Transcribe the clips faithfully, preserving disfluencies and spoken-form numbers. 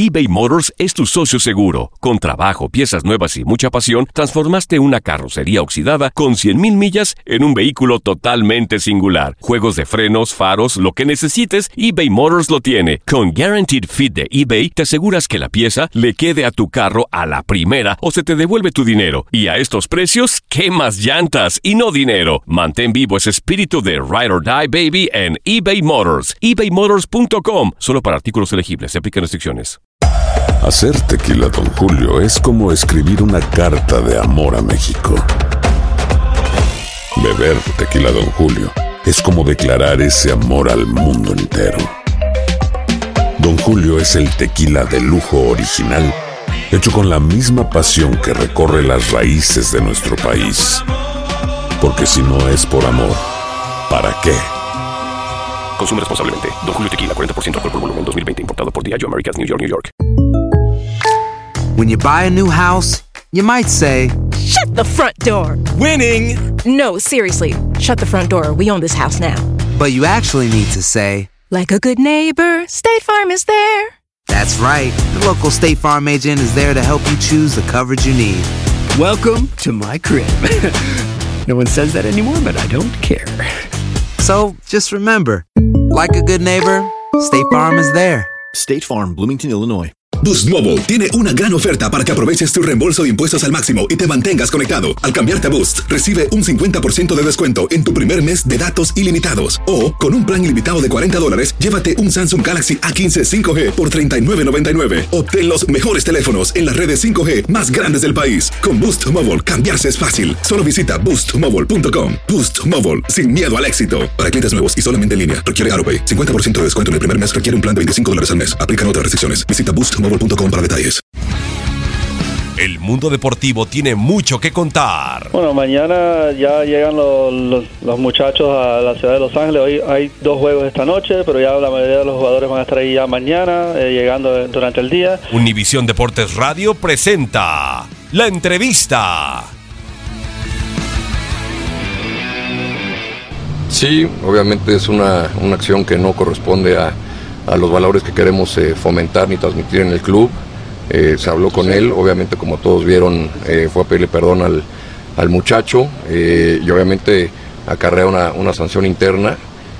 eBay Motors es tu socio seguro. Con trabajo, piezas nuevas y mucha pasión, transformaste una carrocería oxidada con cien mil millas en un vehículo totalmente singular. Juegos de frenos, faros, lo que necesites, eBay Motors lo tiene. Con Guaranteed Fit de eBay, te aseguras que la pieza le quede a tu carro a la primera o se te devuelve tu dinero. Y a estos precios, ¿qué más llantas y no dinero? Mantén vivo ese espíritu de Ride or Die, baby, en eBay Motors. ebay motors punto com. Solo para artículos elegibles. Se aplican restricciones. Hacer tequila Don Julio es como escribir una carta de amor a México. Beber tequila Don Julio es como declarar ese amor al mundo entero. Don Julio es el tequila de lujo original, hecho con la misma pasión que recorre las raíces de nuestro país. Porque si no es por amor, ¿para qué? Consume responsablemente. Don Julio Tequila, cuarenta por ciento alcohol por volumen, dos mil veinte. Importado por Diageo Americas, New York, New York. When you buy a new house, you might say, "Shut the front door." Winning! No, seriously. Shut the front door. We own this house now. But you actually need to say, like a good neighbor, State Farm is there. That's right. The local State Farm agent is there to help you choose the coverage you need. Welcome to my crib. No one says that anymore, but I don't care. So, just remember, like a good neighbor, State Farm is there. State Farm, Bloomington, Illinois. Boost Mobile tiene una gran oferta para que aproveches tu reembolso de impuestos al máximo y te mantengas conectado. Al cambiarte a Boost, recibe un cincuenta por ciento de descuento en tu primer mes de datos ilimitados. O, con un plan ilimitado de cuarenta dólares, llévate un Samsung Galaxy A quince cinco G por treinta y nueve noventa y nueve. Obtén los mejores teléfonos en las redes cinco G más grandes del país. Con Boost Mobile, cambiarse es fácil. Solo visita boost mobile punto com. Boost Mobile, sin miedo al éxito. Para clientes nuevos y solamente en línea, requiere AutoPay. cincuenta por ciento de descuento en el primer mes, requiere un plan de veinticinco dólares al mes. Aplican otras restricciones. Visita boost mobile punto com para detalles. El mundo deportivo tiene mucho que contar. Bueno, mañana ya llegan los, los, los muchachos a la ciudad de Los Ángeles. Hoy hay dos juegos esta noche, pero ya la mayoría de los jugadores van a estar ahí ya mañana, eh, llegando durante el día. Univisión Deportes Radio presenta La Entrevista. Sí, obviamente es una, una acción que no corresponde a, a los valores que queremos eh, fomentar ni transmitir en el club. Eh, se habló con él, obviamente como todos vieron, eh, fue a pedirle perdón al, al muchacho eh, y obviamente acarrea una, una sanción interna.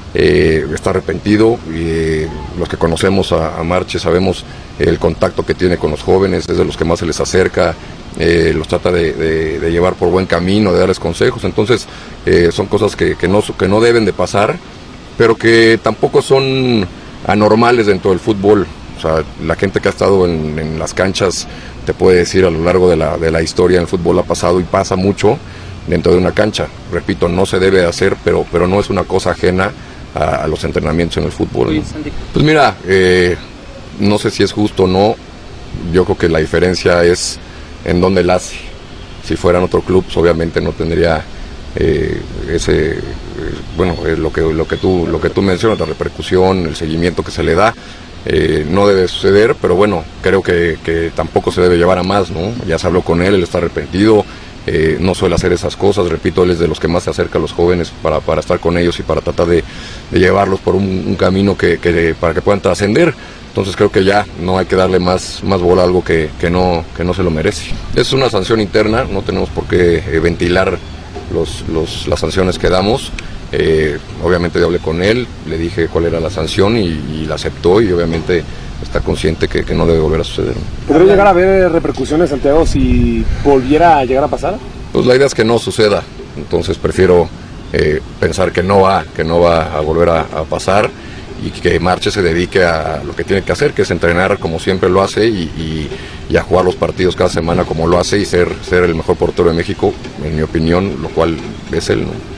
Eh, está arrepentido y eh, los que conocemos a, a Marche sabemos el contacto que tiene con los jóvenes, es de los que más se les acerca, eh, los trata de, de, de llevar por buen camino, de darles consejos. Entonces eh, son cosas que, que, no, que no deben de pasar, pero que tampoco son anormales dentro del fútbol. O sea, la gente que ha estado en, en las canchas te puede decir a lo largo de la, de la historia en el fútbol ha pasado y pasa mucho dentro de una cancha. Repito, no se debe hacer, pero, pero no es una cosa ajena a, a los entrenamientos en el fútbol, ¿no? Pues mira, eh, no sé si es justo o no. Yo creo que la diferencia es en dónde la hace. Si fuera en otro club, pues obviamente no tendría eh, ese, eh, bueno, eh, lo que lo que tú lo que tú mencionas, la repercusión, el seguimiento que se le da. Eh, no debe suceder, pero bueno, creo que, que tampoco se debe llevar a más, ¿no? Ya se habló con él, él está arrepentido, eh, no suele hacer esas cosas, repito, él es de los que más se acerca a los jóvenes para, para estar con ellos y para tratar de, de llevarlos por un, un camino que, que para que puedan trascender. Entonces creo que ya no hay que darle más, más bola a algo que, que, no, que no se lo merece. Es una sanción interna, no tenemos por qué eh, ventilar los, los, las sanciones que damos. Eh, obviamente yo hablé con él, le dije cuál era la sanción y, y la aceptó y obviamente está consciente que, que no debe volver a suceder. ¿Podría llegar a haber repercusiones, Santiago, si volviera a llegar a pasar? Pues la idea es que no suceda, entonces prefiero eh, pensar que no va, que no va a volver a, a pasar y que Marche se dedique a lo que tiene que hacer, que es entrenar como siempre lo hace y, y, y a jugar los partidos cada semana como lo hace y ser, ser el mejor portero de México, en mi opinión, lo cual es él, ¿no?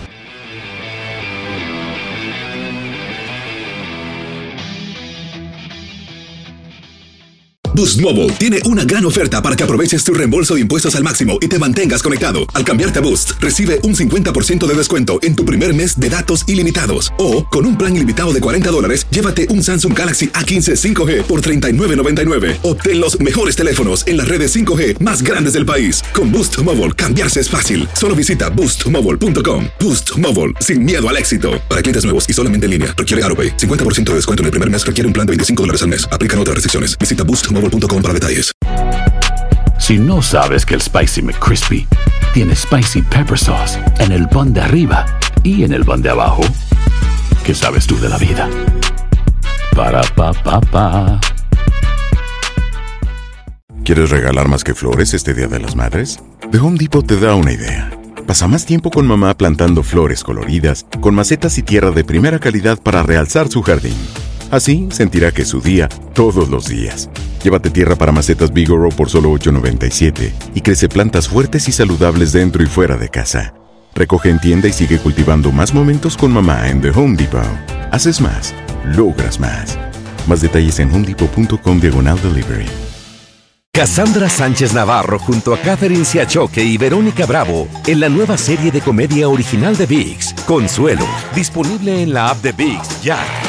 Boost Mobile tiene una gran oferta para que aproveches tu reembolso de impuestos al máximo y te mantengas conectado. Al cambiarte a Boost, recibe un cincuenta por ciento de descuento en tu primer mes de datos ilimitados. O, con un plan ilimitado de cuarenta dólares, llévate un Samsung Galaxy A quince cinco G por treinta y nueve noventa y nueve. Obtén los mejores teléfonos en las redes cinco G más grandes del país. Con Boost Mobile, cambiarse es fácil. Solo visita boost mobile punto com. Boost Mobile, sin miedo al éxito. Para clientes nuevos y solamente en línea, requiere AutoPay. cincuenta por ciento de descuento en el primer mes, requiere un plan de veinticinco dólares al mes. Aplican otras restricciones. Visita boost mobile árbol punto com para detalles. Si no sabes que el Spicy McCrispy tiene Spicy Pepper Sauce en el pan de arriba y en el pan de abajo, ¿qué sabes tú de la vida? Para, pa, pa, pa. ¿Quieres regalar más que flores este Día de las Madres? The Home Depot te da una idea. Pasa más tiempo con mamá plantando flores coloridas, con macetas y tierra de primera calidad para realzar su jardín. Así sentirá que es su día todos los días. Llévate tierra para macetas Vigoro por solo ocho noventa y siete y crece plantas fuertes y saludables dentro y fuera de casa. Recoge en tienda y sigue cultivando más momentos con mamá en The Home Depot. Haces más, logras más. Más detalles en homedepot punto com diagonal delivery. Cassandra Sánchez Navarro junto a Catherine Siachoque y Verónica Bravo en la nueva serie de comedia original de ViX, Consuelo, disponible en la app de ViX ya.